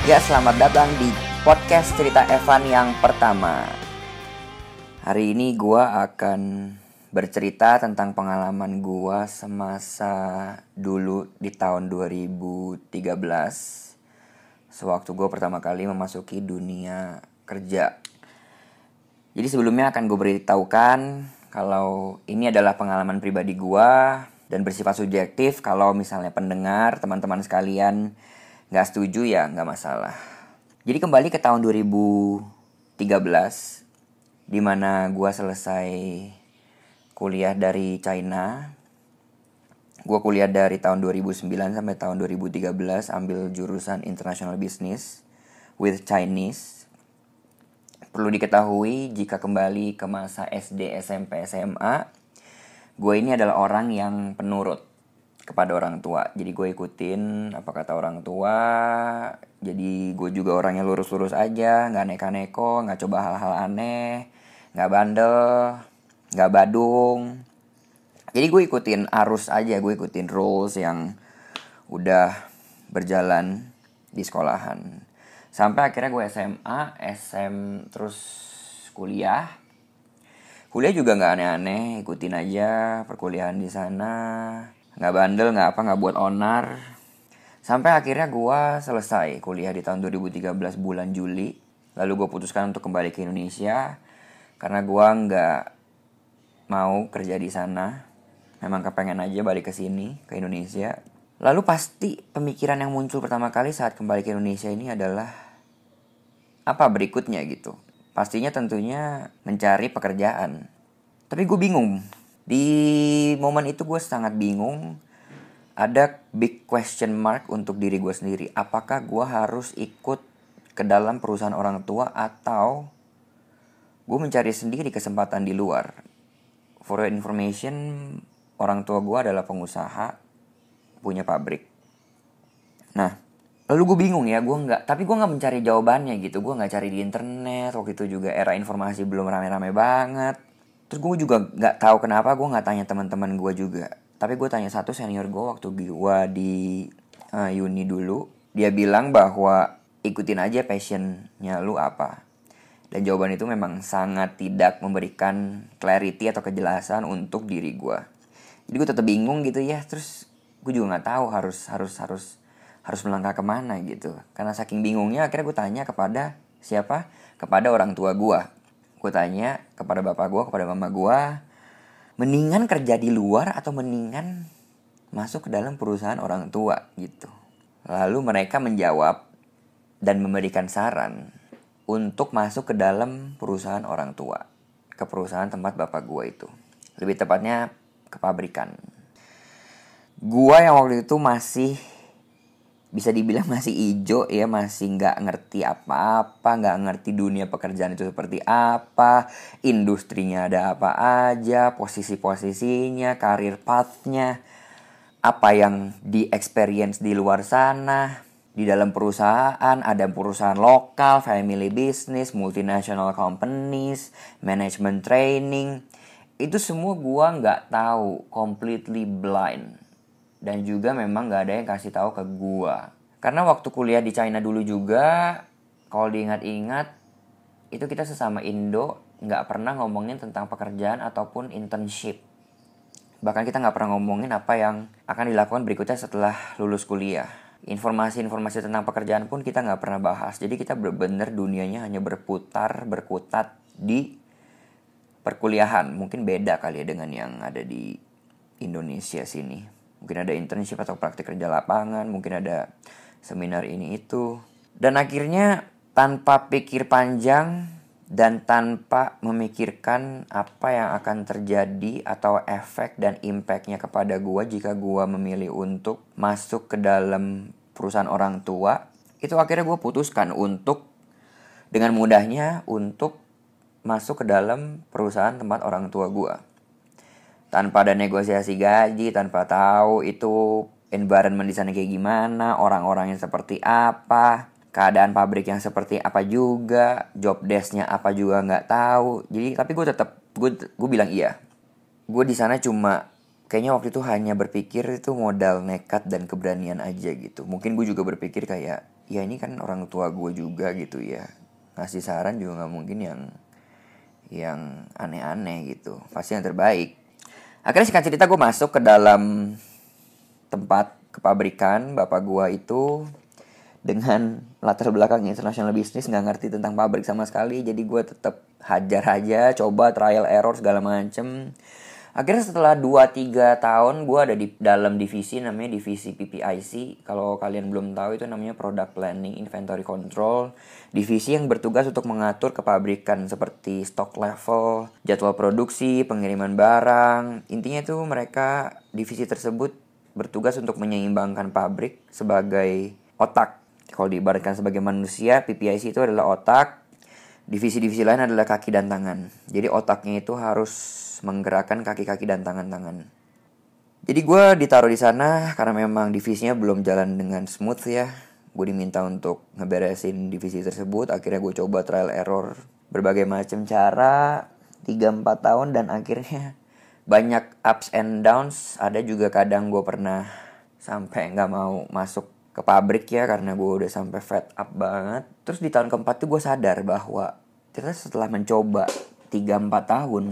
Ya, selamat datang di podcast cerita Evan yang pertama. Hari ini gue akan bercerita tentang pengalaman gue semasa dulu di tahun 2013, sewaktu gue pertama kali memasuki dunia kerja. Jadi sebelumnya akan gue beritahukan kalau ini adalah pengalaman pribadi gue dan bersifat subjektif. Kalau misalnya pendengar, teman-teman sekalian gak setuju ya gak masalah. Jadi kembali ke tahun 2013, dimana gue selesai kuliah dari China. Gue kuliah dari tahun 2009 sampai tahun 2013, ambil jurusan International Business with Chinese. Perlu diketahui jika kembali ke masa SD, SMP, SMA, gue ini adalah orang yang penurut kepada orang tua. Jadi gue ikutin apa kata orang tua. Jadi gue juga orangnya lurus-lurus aja, gak neka-neko, gak coba hal-hal aneh, gak bandel, gak badung. Jadi gue ikutin arus aja, gue ikutin rules yang udah berjalan di sekolahan. Sampai akhirnya gue SMA, terus kuliah. Kuliah juga gak aneh-aneh, ikutin aja perkuliahan di sana. Gak bandel, gak buat onar. Sampai akhirnya gue selesai kuliah di tahun 2013 bulan Juli. Lalu gue putuskan untuk kembali ke Indonesia karena gue gak mau kerja di sana. Memang kepengen aja balik ke sini, ke Indonesia. Lalu pasti pemikiran yang muncul pertama kali saat kembali ke Indonesia ini adalah apa berikutnya gitu. Pastinya tentunya mencari pekerjaan. Tapi gue bingung. Di momen itu gue sangat bingung. Ada big question mark untuk diri gue sendiri. Apakah gue harus ikut ke dalam perusahaan orang tua atau gue mencari sendiri kesempatan di luar. For your information, orang tua gue adalah pengusaha, punya pabrik. Nah, lalu gue bingung ya, tapi gue nggak mencari jawabannya gitu. Gue nggak cari di internet. Waktu itu juga era informasi belum rame-rame banget. Terus gue juga gak tahu kenapa gue gak tanya teman-teman gue juga. Tapi gue tanya satu senior gue waktu gue di uni dulu. Dia bilang bahwa ikutin aja passionnya lu apa. Dan jawaban itu memang sangat tidak memberikan clarity atau kejelasan untuk diri gue. Jadi gue tetap bingung gitu ya. Terus gue juga gak tahu harus melangkah kemana gitu. Karena saking bingungnya akhirnya gue tanya kepada siapa? Kepada orang tua gue. Gue tanya kepada bapak gue, kepada mama gue, mendingan kerja di luar atau mendingan masuk ke dalam perusahaan orang tua gitu. Lalu mereka menjawab dan memberikan saran untuk masuk ke dalam perusahaan orang tua, ke perusahaan tempat bapak gue itu. Lebih tepatnya ke pabrikan. Gue yang waktu itu masih bisa dibilang masih ijo ya, masih gak ngerti apa-apa, gak ngerti dunia pekerjaan itu seperti apa, industrinya ada apa aja, posisi-posisinya, karir path-nya, apa yang di-experience di luar sana. Di dalam perusahaan, ada perusahaan lokal, family business, multinational companies, management training. Itu semua gua gak tahu, completely blind. Dan juga memang gak ada yang kasih tahu ke gua. Karena waktu kuliah di China dulu juga, kalau diingat-ingat, itu kita sesama Indo gak pernah ngomongin tentang pekerjaan ataupun internship. Bahkan kita gak pernah ngomongin apa yang akan dilakukan berikutnya setelah lulus kuliah. Informasi-informasi tentang pekerjaan pun kita gak pernah bahas. Jadi kita benar-benar dunianya hanya berkutat di perkuliahan. Mungkin beda kali ya dengan yang ada di Indonesia sini. Mungkin ada internship atau praktik kerja lapangan, mungkin ada seminar ini itu. Dan akhirnya tanpa pikir panjang dan tanpa memikirkan apa yang akan terjadi atau efek dan impactnya kepada gue jika gue memilih untuk masuk ke dalam perusahaan orang tua, itu akhirnya gue putuskan untuk dengan mudahnya untuk masuk ke dalam perusahaan tempat orang tua gue. Tanpa ada negosiasi gaji, tanpa tahu itu environment di sana kayak gimana, orang-orangnya seperti apa, keadaan pabrik yang seperti apa juga, job desk-nya apa juga nggak tahu. Jadi tapi gue bilang iya. Gue di sana cuma kayaknya waktu itu hanya berpikir itu modal nekat dan keberanian aja gitu. Mungkin gue juga berpikir kayak ya ini kan orang tua gue juga gitu ya, ngasih saran juga nggak mungkin yang aneh-aneh gitu, pasti yang terbaik. Akhirnya singkat cerita gue masuk ke dalam tempat kepabrikan bapak gue itu dengan latar belakang international business, nggak ngerti tentang pabrik sama sekali. Jadi gue tetap hajar aja, coba trial error segala macem. Akhirnya setelah 2-3 tahun gue ada di dalam divisi namanya divisi PPIC. Kalau kalian belum tahu itu namanya Product Planning Inventory Control. Divisi yang bertugas untuk mengatur kepabrikan seperti stock level, jadwal produksi, pengiriman barang. Intinya itu mereka, divisi tersebut bertugas untuk menyeimbangkan pabrik sebagai otak. Kalau diibaratkan sebagai manusia, PPIC itu adalah otak. Divisi-divisi lain adalah kaki dan tangan. Jadi otaknya itu harus menggerakkan kaki-kaki dan tangan-tangan. Jadi gue ditaruh di sana karena memang divisinya belum jalan dengan smooth ya. Gue diminta untuk ngeberesin divisi tersebut. Akhirnya gue coba trial error berbagai macam cara 3-4 tahun dan akhirnya banyak ups and downs. Ada juga kadang gue pernah sampai gak mau masuk ke pabrik ya karena gue udah sampai fed up banget. Terus di tahun keempat tuh gue sadar bahwa ternyata setelah mencoba 3-4 tahun,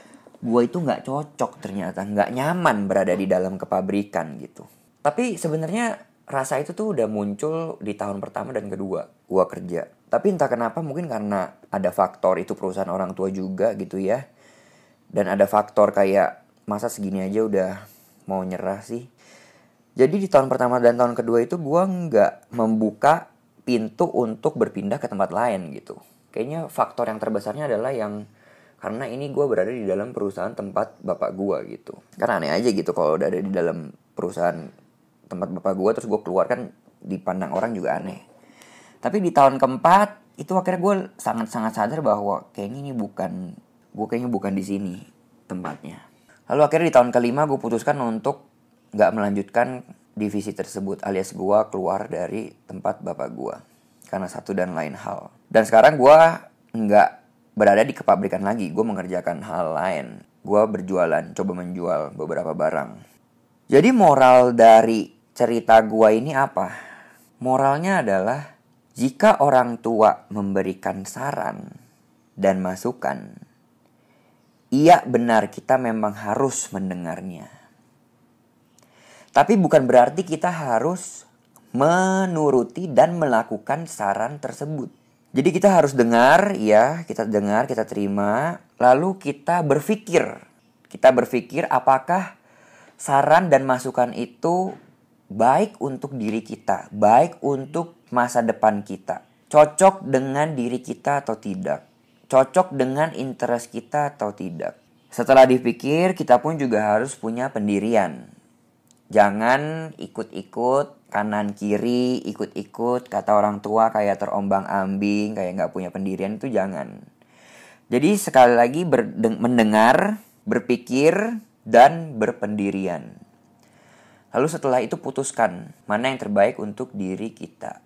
gue itu gak cocok ternyata, gak nyaman berada di dalam kepabrikan gitu. Tapi sebenarnya rasa itu tuh udah muncul di tahun pertama dan kedua gue kerja. Tapi entah kenapa, mungkin karena ada faktor itu perusahaan orang tua juga gitu ya. Dan ada faktor kayak masa segini aja udah mau nyerah sih. Jadi di tahun pertama dan tahun kedua itu gue gak membuka pintu untuk berpindah ke tempat lain gitu. Kayaknya faktor yang terbesarnya adalah karena ini gue berada di dalam perusahaan tempat bapak gue gitu. Karena aneh aja gitu kalau udah ada di dalam perusahaan tempat bapak gue terus gue keluar, kan dipandang orang juga aneh. Tapi di tahun keempat itu akhirnya gue sangat-sangat sadar bahwa kayaknya ini bukan di sini tempatnya. Lalu akhirnya di tahun kelima gue putuskan untuk gak melanjutkan divisi tersebut, alias gue keluar dari tempat bapak gue karena satu dan lain hal. Dan sekarang gue gak berada di kepabrikan lagi, gue mengerjakan hal lain. Gue berjualan, coba menjual beberapa barang. Jadi moral dari cerita gue ini apa? Moralnya adalah jika orang tua memberikan saran dan masukan, iya benar kita memang harus mendengarnya. Tapi bukan berarti kita harus menuruti dan melakukan saran tersebut. Jadi kita harus dengar, ya, kita dengar, kita terima, lalu kita berpikir. Kita berpikir apakah saran dan masukan itu baik untuk diri kita, baik untuk masa depan kita. Cocok dengan diri kita atau tidak. Cocok dengan interest kita atau tidak. Setelah dipikir, kita pun juga harus punya pendirian. Jangan ikut-ikut kanan kiri, ikut-ikut kata orang tua kayak terombang-ambing, kayak gak punya pendirian, itu jangan. Jadi sekali lagi mendengar, berpikir, dan berpendirian. Lalu setelah itu putuskan mana yang terbaik untuk diri kita.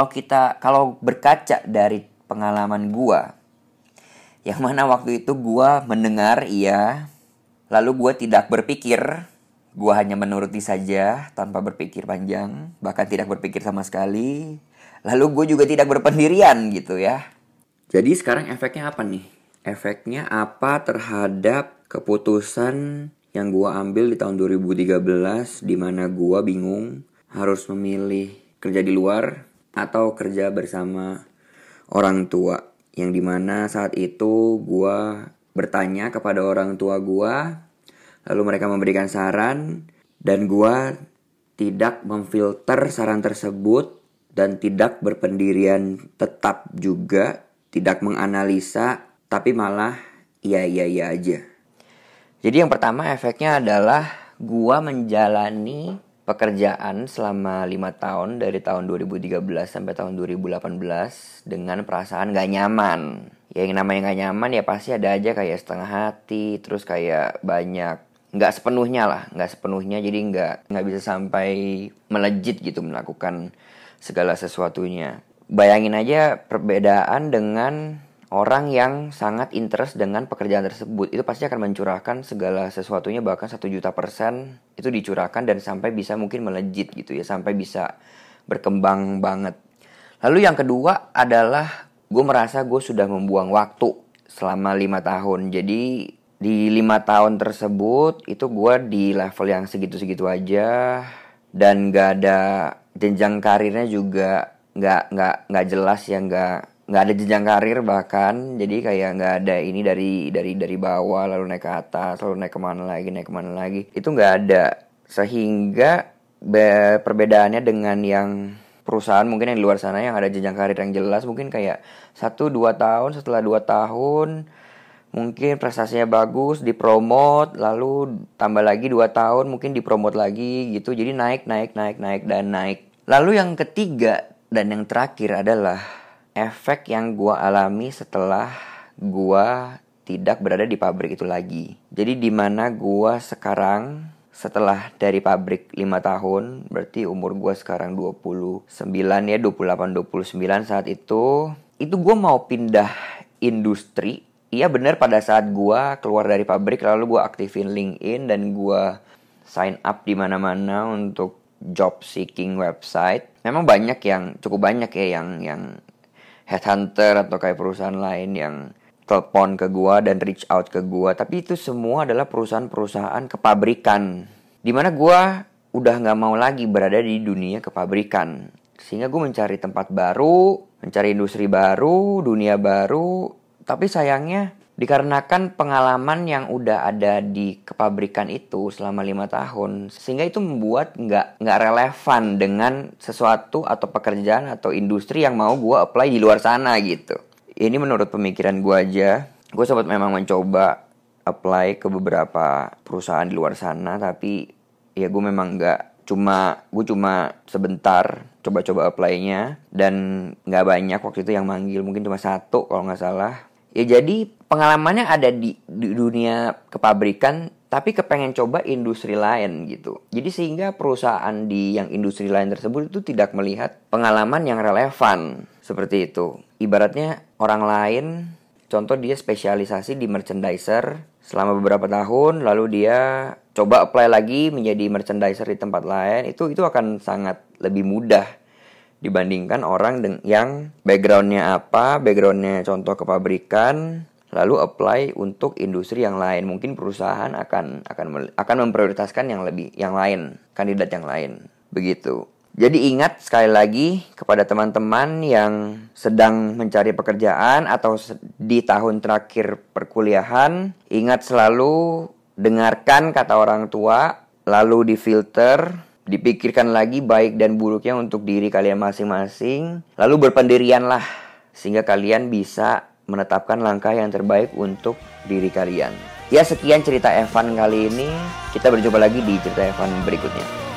Kalau berkaca dari pengalaman gua, yang mana waktu itu gua mendengar iya, lalu gua tidak berpikir. Gue hanya menuruti saja tanpa berpikir panjang, bahkan tidak berpikir sama sekali. Lalu gue juga tidak berpendirian gitu ya. Jadi sekarang efeknya apa nih? Efeknya apa terhadap keputusan yang gue ambil di tahun 2013, di mana gue bingung harus memilih kerja di luar atau kerja bersama orang tua. Yang dimana saat itu gue bertanya kepada orang tua gue, lalu mereka memberikan saran, dan gue tidak memfilter saran tersebut dan tidak berpendirian tetap juga, tidak menganalisa, tapi malah iya aja. Jadi yang pertama efeknya adalah gue menjalani pekerjaan selama 5 tahun, dari tahun 2013 sampai tahun 2018 dengan perasaan gak nyaman. Ya yang namanya gak nyaman ya pasti ada aja kayak setengah hati, terus kayak banyak nggak sepenuhnya, jadi nggak bisa sampai melejit gitu melakukan segala sesuatunya. Bayangin aja perbedaan dengan orang yang sangat interest dengan pekerjaan tersebut, itu pasti akan mencurahkan segala sesuatunya, bahkan 1.000.000% itu dicurahkan dan sampai bisa mungkin melejit gitu ya, sampai bisa berkembang banget. Lalu yang kedua adalah gue merasa gue sudah membuang waktu selama 5 tahun. Jadi di 5 tahun tersebut itu gue di level yang segitu-segitu aja. Dan gak ada jenjang karirnya juga nggak jelas ya, nggak ada jenjang karir bahkan. Jadi kayak nggak ada ini dari bawah lalu naik ke atas lalu naik kemana lagi itu nggak ada. Sehingga perbedaannya dengan yang perusahaan mungkin yang di luar sana yang ada jenjang karir yang jelas, mungkin kayak 1-2 tahun, setelah 2 tahun mungkin prestasinya bagus, dipromot, lalu tambah lagi 2 tahun mungkin dipromot lagi gitu. Jadi naik. Lalu yang ketiga dan yang terakhir adalah efek yang gue alami setelah gue tidak berada di pabrik itu lagi. Jadi dimana gue sekarang setelah dari pabrik 5 tahun, berarti umur gue sekarang 29 ya, 28-29 saat itu gue mau pindah industri. Iya benar, pada saat gue keluar dari pabrik lalu gue aktifin LinkedIn dan gue sign up di mana-mana untuk job seeking website. Memang cukup banyak ya yang headhunter atau kayak perusahaan lain yang telepon ke gue dan reach out ke gue. Tapi itu semua adalah perusahaan-perusahaan kepabrikan, dimana gue udah gak mau lagi berada di dunia kepabrikan. Sehingga gue mencari tempat baru, mencari industri baru, dunia baru. Tapi sayangnya dikarenakan pengalaman yang udah ada di kepabrikan itu selama 5 tahun, sehingga itu membuat gak relevan dengan sesuatu atau pekerjaan atau industri yang mau gue apply di luar sana gitu. Ini menurut pemikiran gue aja. Gue sempat memang mencoba apply ke beberapa perusahaan di luar sana, tapi ya gue memang gue cuma sebentar coba-coba apply-nya dan gak banyak waktu itu yang manggil, mungkin cuma 1 kalau gak salah. Ya jadi pengalamannya ada di dunia kepabrikan, tapi kepengen coba industri lain gitu. Jadi sehingga perusahaan di yang industri lain tersebut itu tidak melihat pengalaman yang relevan seperti itu. Ibaratnya orang lain, contoh dia spesialisasi di merchandiser selama beberapa tahun, lalu dia coba apply lagi menjadi merchandiser di tempat lain, itu akan sangat lebih mudah dibandingkan orang yang backgroundnya contoh kepabrikan, lalu apply untuk industri yang lain. Mungkin perusahaan akan memprioritaskan yang lain, kandidat yang lain. Begitu. Jadi ingat sekali lagi kepada teman-teman yang sedang mencari pekerjaan atau di tahun terakhir perkuliahan, ingat selalu dengarkan kata orang tua, lalu difilter, dipikirkan lagi baik dan buruknya untuk diri kalian masing-masing, lalu berpendirianlah sehingga kalian bisa menetapkan langkah yang terbaik untuk diri kalian. Ya, sekian cerita Evan kali ini. Kita berjumpa lagi di cerita Evan berikutnya.